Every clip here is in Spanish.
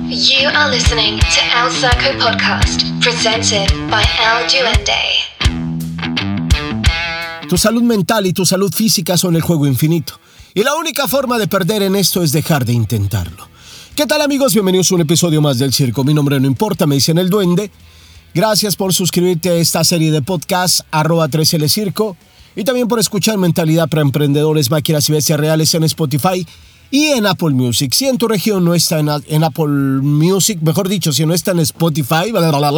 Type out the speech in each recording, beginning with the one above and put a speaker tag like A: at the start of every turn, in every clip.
A: You are listening to El Circo Podcast, presented by El Duende.
B: Tu salud mental y tu salud física son el juego infinito. Y la única forma de perder en esto es dejar de intentarlo. ¿Qué tal, amigos? Bienvenidos a un episodio más del Circo. Mi nombre no importa, me dicen El Duende. Gracias por suscribirte a esta serie de podcasts, @3L Circo. Y también por escuchar Mentalidad para Emprendedores, Máquinas y Bestias Reales en Spotify y en Apple Music. Si en tu región no está en Apple Music, mejor dicho, si no está en Spotify,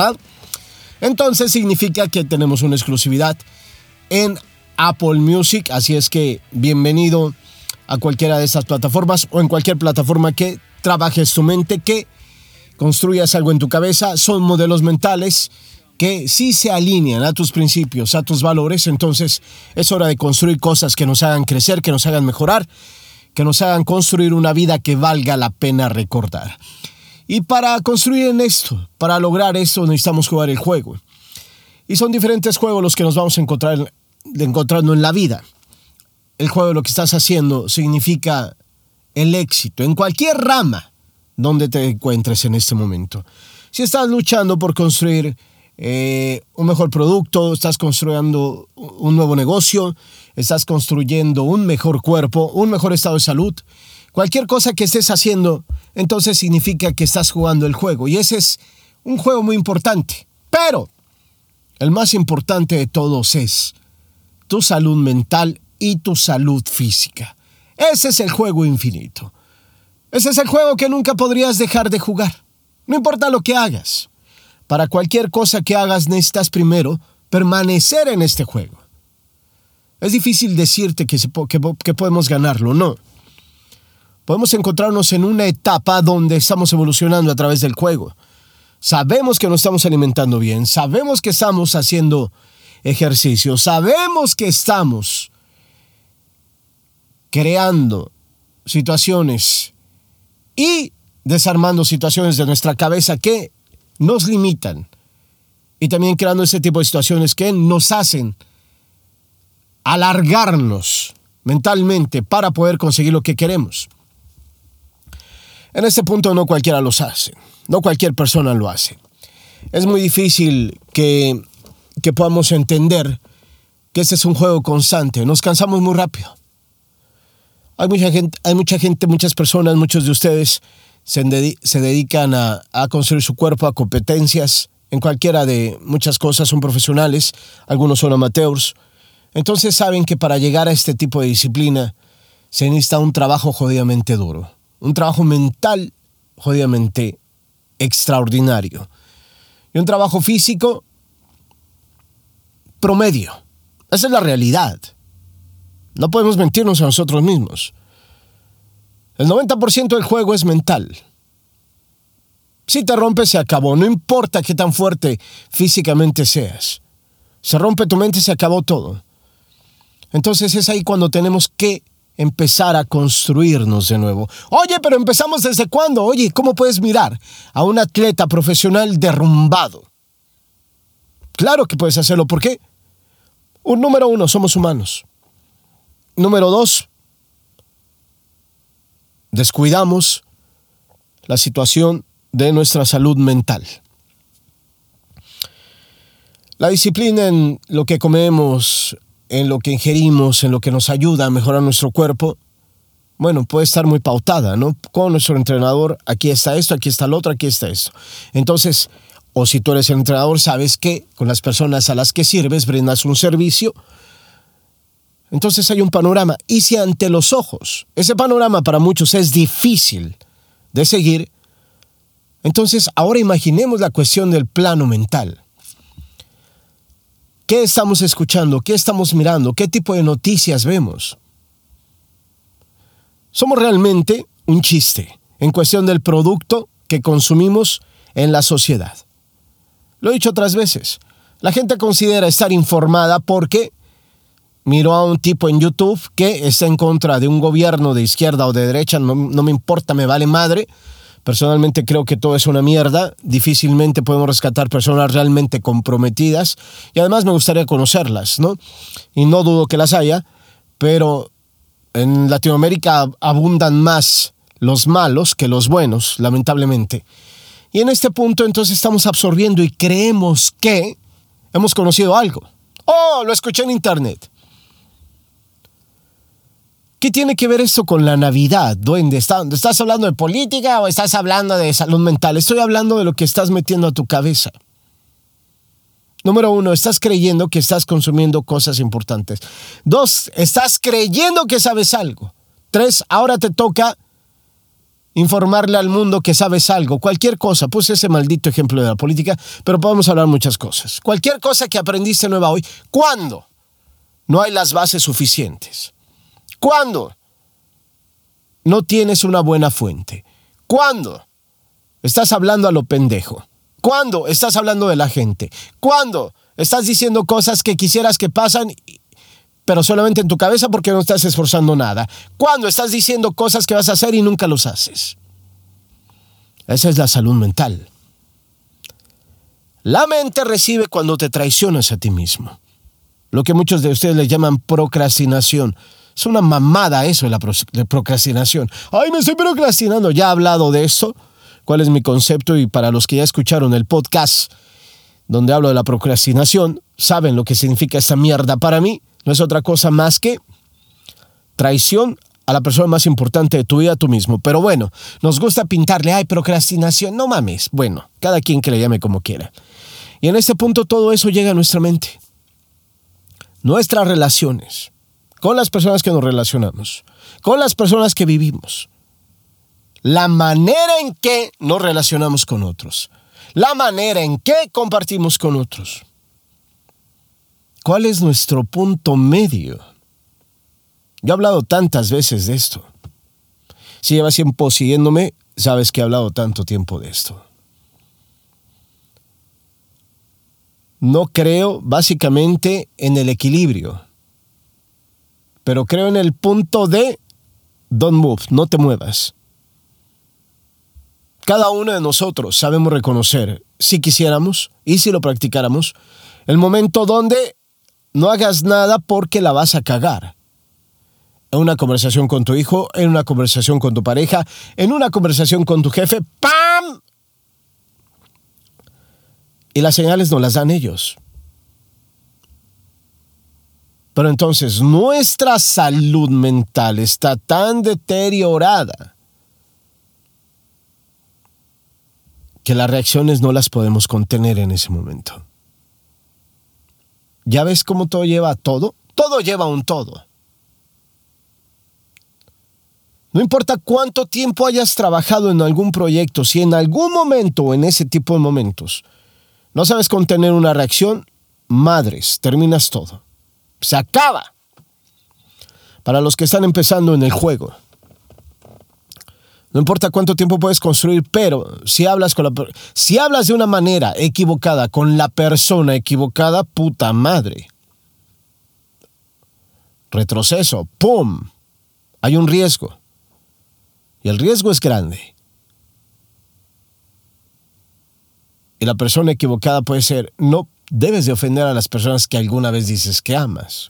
B: entonces significa que tenemos una exclusividad en Apple Music. Así es que bienvenido a cualquiera de estas plataformas o en cualquier plataforma que trabajes tu mente, que construyas algo en tu cabeza. Son modelos mentales que sí se alinean a tus principios, a tus valores. Entonces es hora de construir cosas que nos hagan crecer, que nos hagan mejorar, que nos hagan construir una vida que valga la pena recordar. Y para construir en esto, para lograr esto, necesitamos jugar el juego. Y son diferentes juegos los que nos vamos a encontrando en la vida. El juego de lo que estás haciendo significa el éxito en cualquier rama donde te encuentres en este momento. Si estás luchando por construir un mejor producto, estás construyendo un nuevo negocio, estás construyendo un mejor cuerpo, un mejor estado de salud, cualquier cosa que estés haciendo, entonces significa que estás jugando el juego. Y ese es un juego muy importante. Pero el más importante de todos es tu salud mental y tu salud física. Ese es el juego infinito. Ese es el juego que nunca podrías dejar de jugar. No importa lo que hagas. Para cualquier cosa que hagas necesitas primero permanecer en este juego. Es difícil decirte que podemos ganarlo, no. Podemos encontrarnos en una etapa donde estamos evolucionando a través del juego. Sabemos que nos estamos alimentando bien, sabemos que estamos haciendo ejercicio, sabemos que estamos creando situaciones y desarmando situaciones de nuestra cabeza que nos limitan, y también creando ese tipo de situaciones que nos hacen alargarnos mentalmente para poder conseguir lo que queremos. En este punto no cualquiera los hace, no cualquier persona lo hace. Es muy difícil que podamos entender que este es un juego constante. Nos cansamos muy rápido. Hay mucha gente, muchas personas, muchos de ustedes se dedican a construir su cuerpo, a competencias, en cualquiera de muchas cosas, son profesionales, algunos son amateurs. Entonces saben que para llegar a este tipo de disciplina se necesita un trabajo jodidamente duro, un trabajo mental jodidamente extraordinario y un trabajo físico promedio. Esa es la realidad. No podemos mentirnos a nosotros mismos. El 90% del juego es mental. Si te rompes, se acabó. No importa qué tan fuerte físicamente seas. Se rompe tu mente, se acabó todo. Entonces es ahí cuando tenemos que empezar a construirnos de nuevo. Oye, pero ¿empezamos desde cuándo? Oye, ¿cómo puedes mirar a un atleta profesional derrumbado? Claro que puedes hacerlo. ¿Por qué? Número 1, somos humanos. Número 2, descuidamos la situación de nuestra salud mental. La disciplina en lo que comemos, en lo que ingerimos, en lo que nos ayuda a mejorar nuestro cuerpo, bueno, puede estar muy pautada, ¿no? Con nuestro entrenador, aquí está esto, aquí está lo otro, aquí está esto. Entonces, o si tú eres el entrenador, sabes que con las personas a las que sirves brindas un servicio. Entonces hay un panorama. Y si ante los ojos ese panorama para muchos es difícil de seguir, entonces ahora imaginemos la cuestión del plano mental. ¿Qué estamos escuchando? ¿Qué estamos mirando? ¿Qué tipo de noticias vemos? Somos realmente un chiste en cuestión del producto que consumimos en la sociedad. Lo he dicho otras veces. La gente considera estar informada porque miró a un tipo en YouTube que está en contra de un gobierno de izquierda o de derecha, no me importa, me vale madre. Personalmente creo que todo es una mierda. Difícilmente podemos rescatar personas realmente comprometidas. Y además me gustaría conocerlas, ¿no? Y no dudo que las haya, pero en Latinoamérica abundan más los malos que los buenos, lamentablemente. Y en este punto entonces estamos absorbiendo y creemos que hemos conocido algo. ¡Oh, lo escuché en internet! ¿Qué tiene que ver esto con la Navidad, duende? ¿Estás hablando de política o estás hablando de salud mental? Estoy hablando de lo que estás metiendo a tu cabeza. Número 1, estás creyendo que estás consumiendo cosas importantes. 2, estás creyendo que sabes algo. 3, ahora te toca informarle al mundo que sabes algo. Cualquier cosa, puse ese maldito ejemplo de la política, pero podemos hablar muchas cosas. Cualquier cosa que aprendiste nueva hoy, ¿cuándo? No hay las bases suficientes. ¿Cuándo? No tienes una buena fuente. ¿Cuándo? Estás hablando a lo pendejo. ¿Cuándo? Estás hablando de la gente. ¿Cuándo? Estás diciendo cosas que quisieras que pasan, pero solamente en tu cabeza porque no estás esforzando nada. ¿Cuándo? Estás diciendo cosas que vas a hacer y nunca los haces. Esa es la salud mental. La mente recibe cuando te traicionas a ti mismo. Lo que muchos de ustedes le llaman procrastinación. Es una mamada eso de procrastinación. ¡Ay, me estoy procrastinando! Ya he hablado de esto. ¿Cuál es mi concepto? Y para los que ya escucharon el podcast donde hablo de la procrastinación, saben lo que significa esta mierda para mí. No es otra cosa más que traición a la persona más importante de tu vida, tú mismo. Pero bueno, nos gusta pintarle, ¡ay, procrastinación! No mames. Bueno, cada quien que le llame como quiera. Y en este punto todo eso llega a nuestra mente. Nuestras relaciones con las personas que nos relacionamos, con las personas que vivimos, la manera en que nos relacionamos con otros, la manera en que compartimos con otros. ¿Cuál es nuestro punto medio? Yo he hablado tantas veces de esto. Si llevas tiempo siguiéndome, sabes que he hablado tanto tiempo de esto. No creo básicamente en el equilibrio, pero creo en el punto de don't move, no te muevas. Cada uno de nosotros sabemos reconocer, si quisiéramos y si lo practicáramos, el momento donde no hagas nada porque la vas a cagar. En una conversación con tu hijo, en una conversación con tu pareja, en una conversación con tu jefe, ¡pam! Y las señales no las dan ellos. Pero entonces nuestra salud mental está tan deteriorada que las reacciones no las podemos contener en ese momento. ¿Ya ves cómo todo lleva a todo? Todo lleva a un todo. No importa cuánto tiempo hayas trabajado en algún proyecto, si en algún momento o en ese tipo de momentos no sabes contener una reacción, madres, terminas todo. Se acaba. Para los que están empezando en el juego, no importa cuánto tiempo puedes construir, pero si hablas de una manera equivocada con la persona equivocada, puta madre. Retroceso, ¡pum! Hay un riesgo. Y el riesgo es grande. Y la persona equivocada puede ser, no debes de ofender a las personas que alguna vez dices que amas.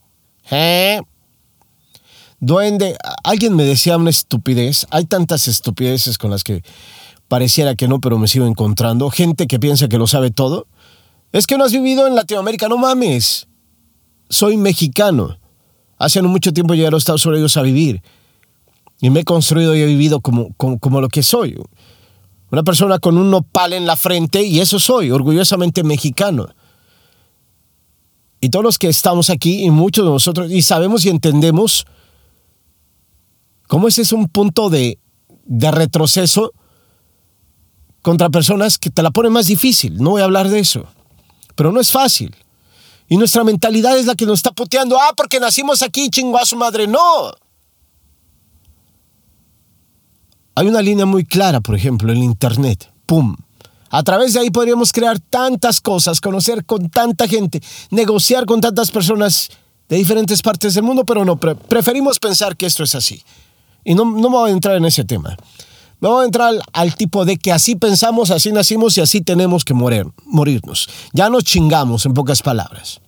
B: Duende, alguien me decía una estupidez. Hay tantas estupideces con las que pareciera que no, pero me sigo encontrando. Gente que piensa que lo sabe todo. Es que no has vivido en Latinoamérica, no mames. Soy mexicano. Hace no mucho tiempo llegué a los Estados Unidos a vivir. Y me he construido y he vivido como lo que soy. Una persona con un nopal en la frente, y eso soy, orgullosamente mexicano. Y todos los que estamos aquí, y muchos de nosotros, y sabemos y entendemos cómo ese es un punto de retroceso contra personas que te la ponen más difícil. No voy a hablar de eso, pero no es fácil. Y nuestra mentalidad es la que nos está puteando. Porque nacimos aquí, chingó a su madre. No. Hay una línea muy clara, por ejemplo, en internet. ¡Pum! A través de ahí podríamos crear tantas cosas, conocer con tanta gente, negociar con tantas personas de diferentes partes del mundo, pero no, preferimos pensar que esto es así. Y no me voy a entrar en ese tema. Me voy a entrar al tipo de que así pensamos, así nacimos y así tenemos que morirnos. Ya nos chingamos, en pocas palabras.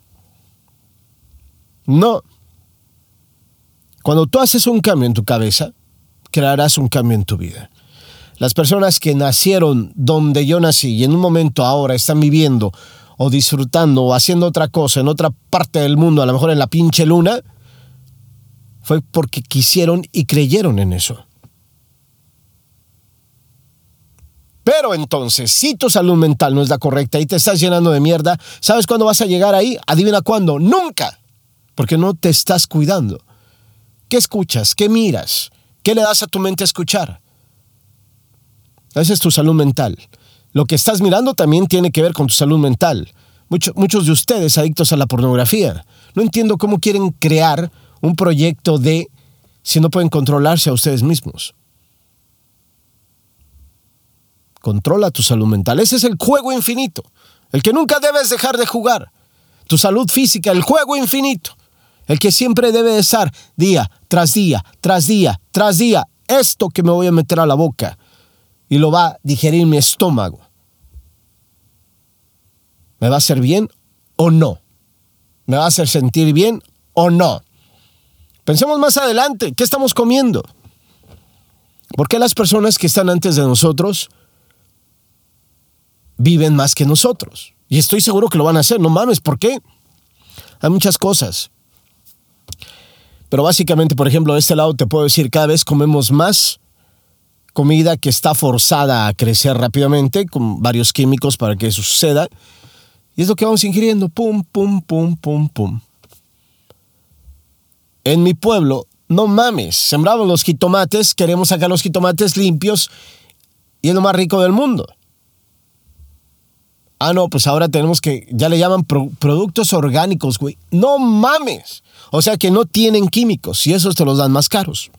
B: No. Cuando tú haces un cambio en tu cabeza, crearás un cambio en tu vida. Las personas que nacieron donde yo nací y en un momento ahora están viviendo o disfrutando o haciendo otra cosa en otra parte del mundo, a lo mejor en la pinche luna, fue porque quisieron y creyeron en eso. Pero entonces, si tu salud mental no es la correcta y te estás llenando de mierda, ¿sabes cuándo vas a llegar ahí? Adivina cuándo. ¡Nunca! Porque no te estás cuidando. ¿Qué escuchas? ¿Qué miras? ¿Qué le das a tu mente a escuchar? Esa es tu salud mental. Lo que estás mirando también tiene que ver con tu salud mental. Muchos de ustedes adictos a la pornografía. No entiendo cómo quieren crear un proyecto si no pueden controlarse a ustedes mismos. Controla tu salud mental. Ese es el juego infinito. El que nunca debes dejar de jugar. Tu salud física, el juego infinito. El que siempre debe de estar día tras día, tras día, tras día. Esto que me voy a meter a la boca. Y lo va a digerir mi estómago. ¿Me va a hacer bien o no? ¿Me va a hacer sentir bien o no? Pensemos más adelante. ¿Qué estamos comiendo? ¿Por qué las personas que están antes de nosotros viven más que nosotros? Y estoy seguro que lo van a hacer. No mames, ¿por qué? Hay muchas cosas. Pero básicamente, por ejemplo, de este lado te puedo decir, cada vez comemos más comida que está forzada a crecer rápidamente con varios químicos para que eso suceda. Y es lo que vamos ingiriendo. Pum, pum, pum, pum, pum. En mi pueblo, no mames, sembramos los jitomates, queremos sacar los jitomates limpios y es lo más rico del mundo. Ah, no, pues ahora tenemos ya le llaman productos orgánicos, güey. No mames. O sea que no tienen químicos y esos te los dan más caros.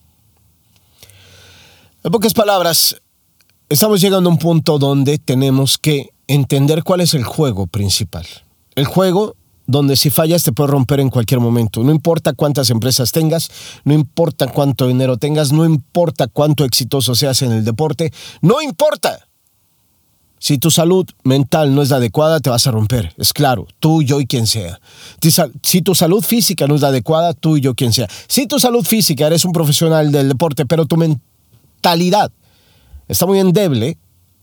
B: En pocas palabras, estamos llegando a un punto donde tenemos que entender cuál es el juego principal. El juego donde si fallas te puedes romper en cualquier momento. No importa cuántas empresas tengas, no importa cuánto dinero tengas, no importa cuánto exitoso seas en el deporte, no importa. Si tu salud mental no es la adecuada, te vas a romper. Es claro, tú, yo y quien sea. Si tu salud física no es la adecuada, tú y yo, quien sea. Si tu salud física, eres un profesional del deporte, pero tu mentalidad está muy endeble,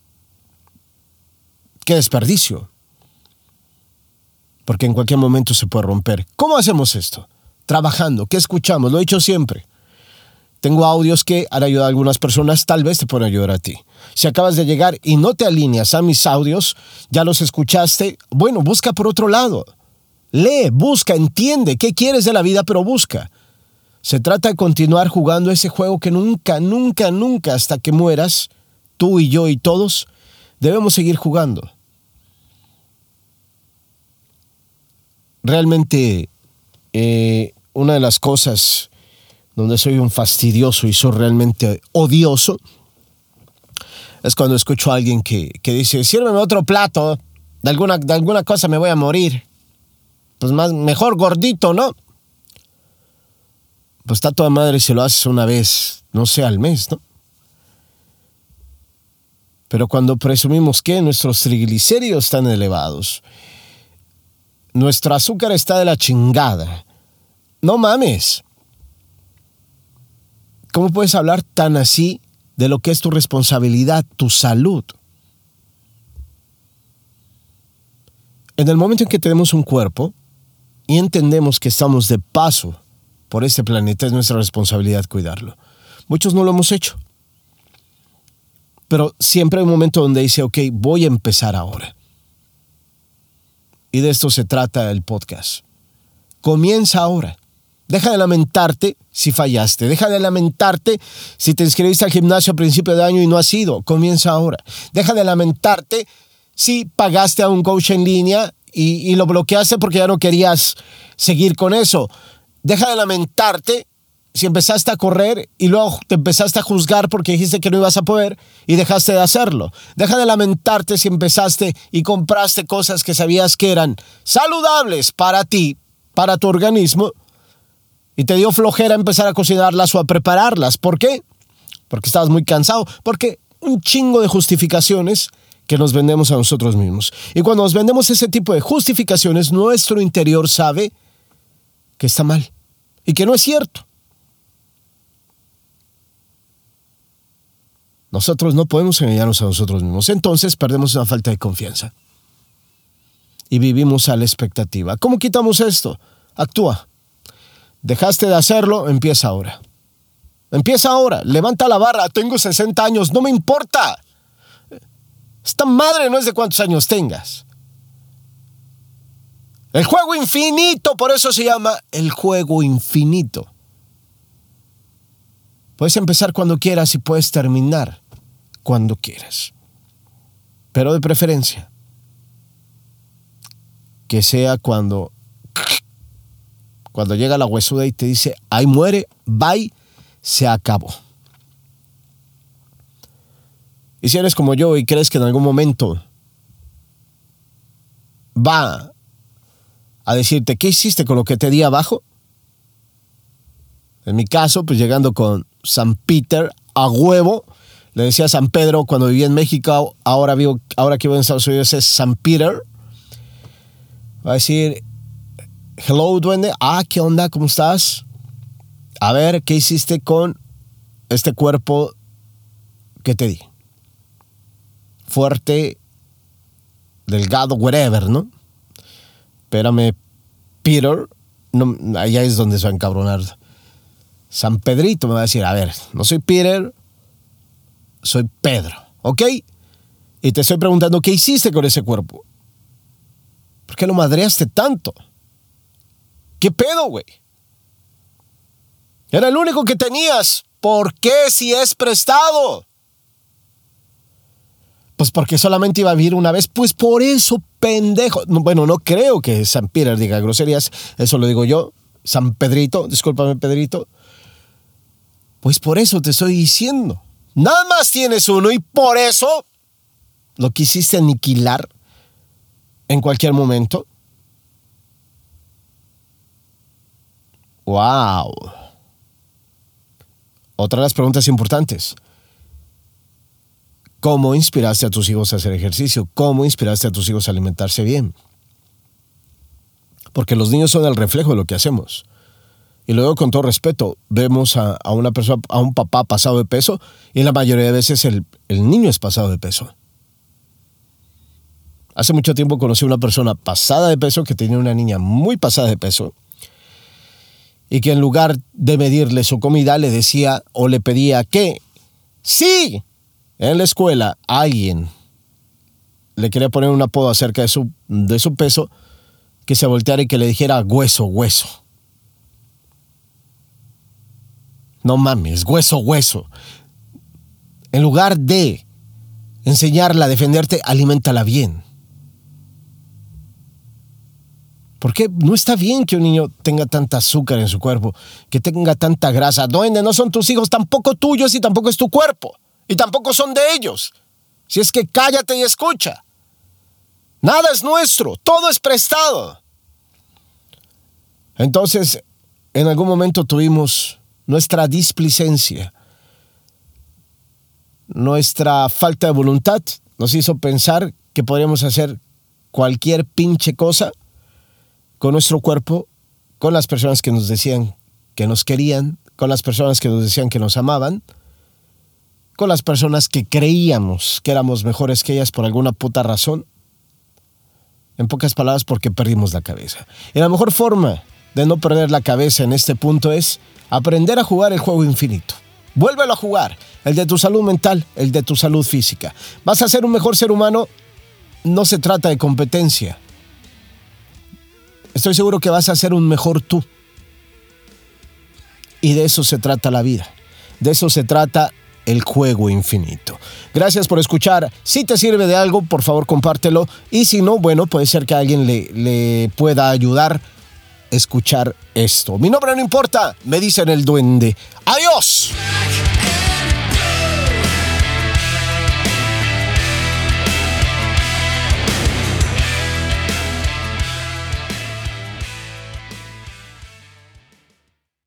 B: qué desperdicio. Porque en cualquier momento se puede romper. ¿Cómo hacemos esto? Trabajando. ¿Qué escuchamos? Lo he dicho siempre. Tengo audios que han ayudado a algunas personas, tal vez te pueden ayudar a ti. Si acabas de llegar y no te alineas a mis audios, ya los escuchaste, bueno, busca por otro lado. Lee, busca, entiende qué quieres de la vida, pero busca. Se trata de continuar jugando ese juego que nunca, nunca, nunca, hasta que mueras, tú y yo y todos, debemos seguir jugando. Realmente, una de las cosas donde soy un fastidioso y soy realmente odioso es cuando escucho a alguien que dice, sírveme otro plato, de alguna cosa me voy a morir. Pues mejor gordito, ¿no? Pues está toda madre si lo haces una vez, no sé, al mes, ¿no? Pero cuando presumimos que nuestros triglicéridos están elevados, nuestro azúcar está de la chingada, no mames. ¿Cómo puedes hablar tan así de lo que es tu responsabilidad, tu salud? En el momento en que tenemos un cuerpo y entendemos que estamos de paso por este planeta, es nuestra responsabilidad cuidarlo. Muchos no lo hemos hecho. Pero siempre hay un momento donde dice, ok, voy a empezar ahora. Y de esto se trata el podcast. Comienza ahora. Deja de lamentarte si fallaste. Deja de lamentarte si te inscribiste al gimnasio a principio de año y no has ido. Comienza ahora. Deja de lamentarte si pagaste a un coach en línea y lo bloqueaste porque ya no querías seguir con eso. Deja de lamentarte si empezaste a correr y luego te empezaste a juzgar porque dijiste que no ibas a poder y dejaste de hacerlo. Deja de lamentarte si empezaste y compraste cosas que sabías que eran saludables para ti, para tu organismo, y te dio flojera empezar a cocinarlas o a prepararlas. ¿Por qué? Porque estabas muy cansado. Porque un chingo de justificaciones que nos vendemos a nosotros mismos. Y cuando nos vendemos ese tipo de justificaciones, nuestro interior sabe que está mal y que no es cierto. Nosotros no podemos engañarnos a nosotros mismos. Entonces perdemos una falta de confianza. Y vivimos a la expectativa. ¿Cómo quitamos esto? Actúa. Dejaste de hacerlo, empieza ahora. Empieza ahora. Levanta la barra. Tengo 60 años, no me importa. Esta madre no es de cuántos años tengas. El juego infinito, por eso se llama el juego infinito. Puedes empezar cuando quieras y puedes terminar cuando quieras. Pero de preferencia, que sea cuando llega la huesuda y te dice, ahí muere, bye, se acabó. Y si eres como yo y crees que en algún momento va a decirte, ¿qué hiciste con lo que te di abajo? En mi caso, pues llegando con San Peter a huevo, le decía San Pedro cuando vivía en México, ahora que vivo en Estados Unidos es San Peter. Va a decir, hello duende, ¿qué onda? ¿Cómo estás? A ver, ¿qué hiciste con este cuerpo que te di? Fuerte, delgado, whatever, ¿no? Espérame, Peter, no, allá es donde se va a encabronar. San Pedrito me va a decir, a ver, no soy Peter, soy Pedro, ¿ok? Y te estoy preguntando, ¿qué hiciste con ese cuerpo? ¿Por qué lo madreaste tanto? ¿Qué pedo, güey? Era el único que tenías. ¿Por qué si es prestado? Pues porque solamente iba a vivir una vez. Pues por eso, pendejo. Bueno, no creo que San Peter diga groserías. Eso lo digo yo. San Pedrito, discúlpame, Pedrito. Pues por eso te estoy diciendo. Nada más tienes uno y por eso lo quisiste aniquilar en cualquier momento. ¡Wow! Otra de las preguntas importantes. ¿Cómo inspiraste a tus hijos a hacer ejercicio? ¿Cómo inspiraste a tus hijos a alimentarse bien? Porque los niños son el reflejo de lo que hacemos. Y luego, con todo respeto, vemos a una persona, a un papá pasado de peso, y la mayoría de veces el niño es pasado de peso. Hace mucho tiempo conocí a una persona pasada de peso que tenía una niña muy pasada de peso y que en lugar de medirle su comida le decía o le pedía que sí, en la escuela alguien le quería poner un apodo acerca de su peso, que se volteara y que le dijera hueso, hueso. No mames, hueso, hueso. En lugar de enseñarla a defenderte, aliméntala bien. Porque no está bien que un niño tenga tanta azúcar en su cuerpo, que tenga tanta grasa. Duende, no son tus hijos, tampoco tuyos y tampoco es tu cuerpo. Y tampoco son de ellos. Si es que cállate y escucha. Nada es nuestro, todo es prestado. Entonces, en algún momento tuvimos nuestra displicencia, nuestra falta de voluntad nos hizo pensar que podríamos hacer cualquier pinche cosa con nuestro cuerpo, con las personas que nos decían que nos querían, con las personas que nos decían que nos amaban, con las personas que creíamos que éramos mejores que ellas por alguna puta razón. En pocas palabras, porque perdimos la cabeza. Y la mejor forma de no perder la cabeza en este punto es aprender a jugar el juego infinito. Vuélvelo a jugar, el de tu salud mental, el de tu salud física. ¿Vas a ser un mejor ser humano? No se trata de competencia. Estoy seguro que vas a ser un mejor tú. Y de eso se trata la vida. De eso se trata el juego infinito. Gracias por escuchar. Si te sirve de algo, por favor compártelo. Y si no, bueno, puede ser que a alguien le pueda ayudar a escuchar esto. Mi nombre no importa, me dicen el duende. ¡Adiós!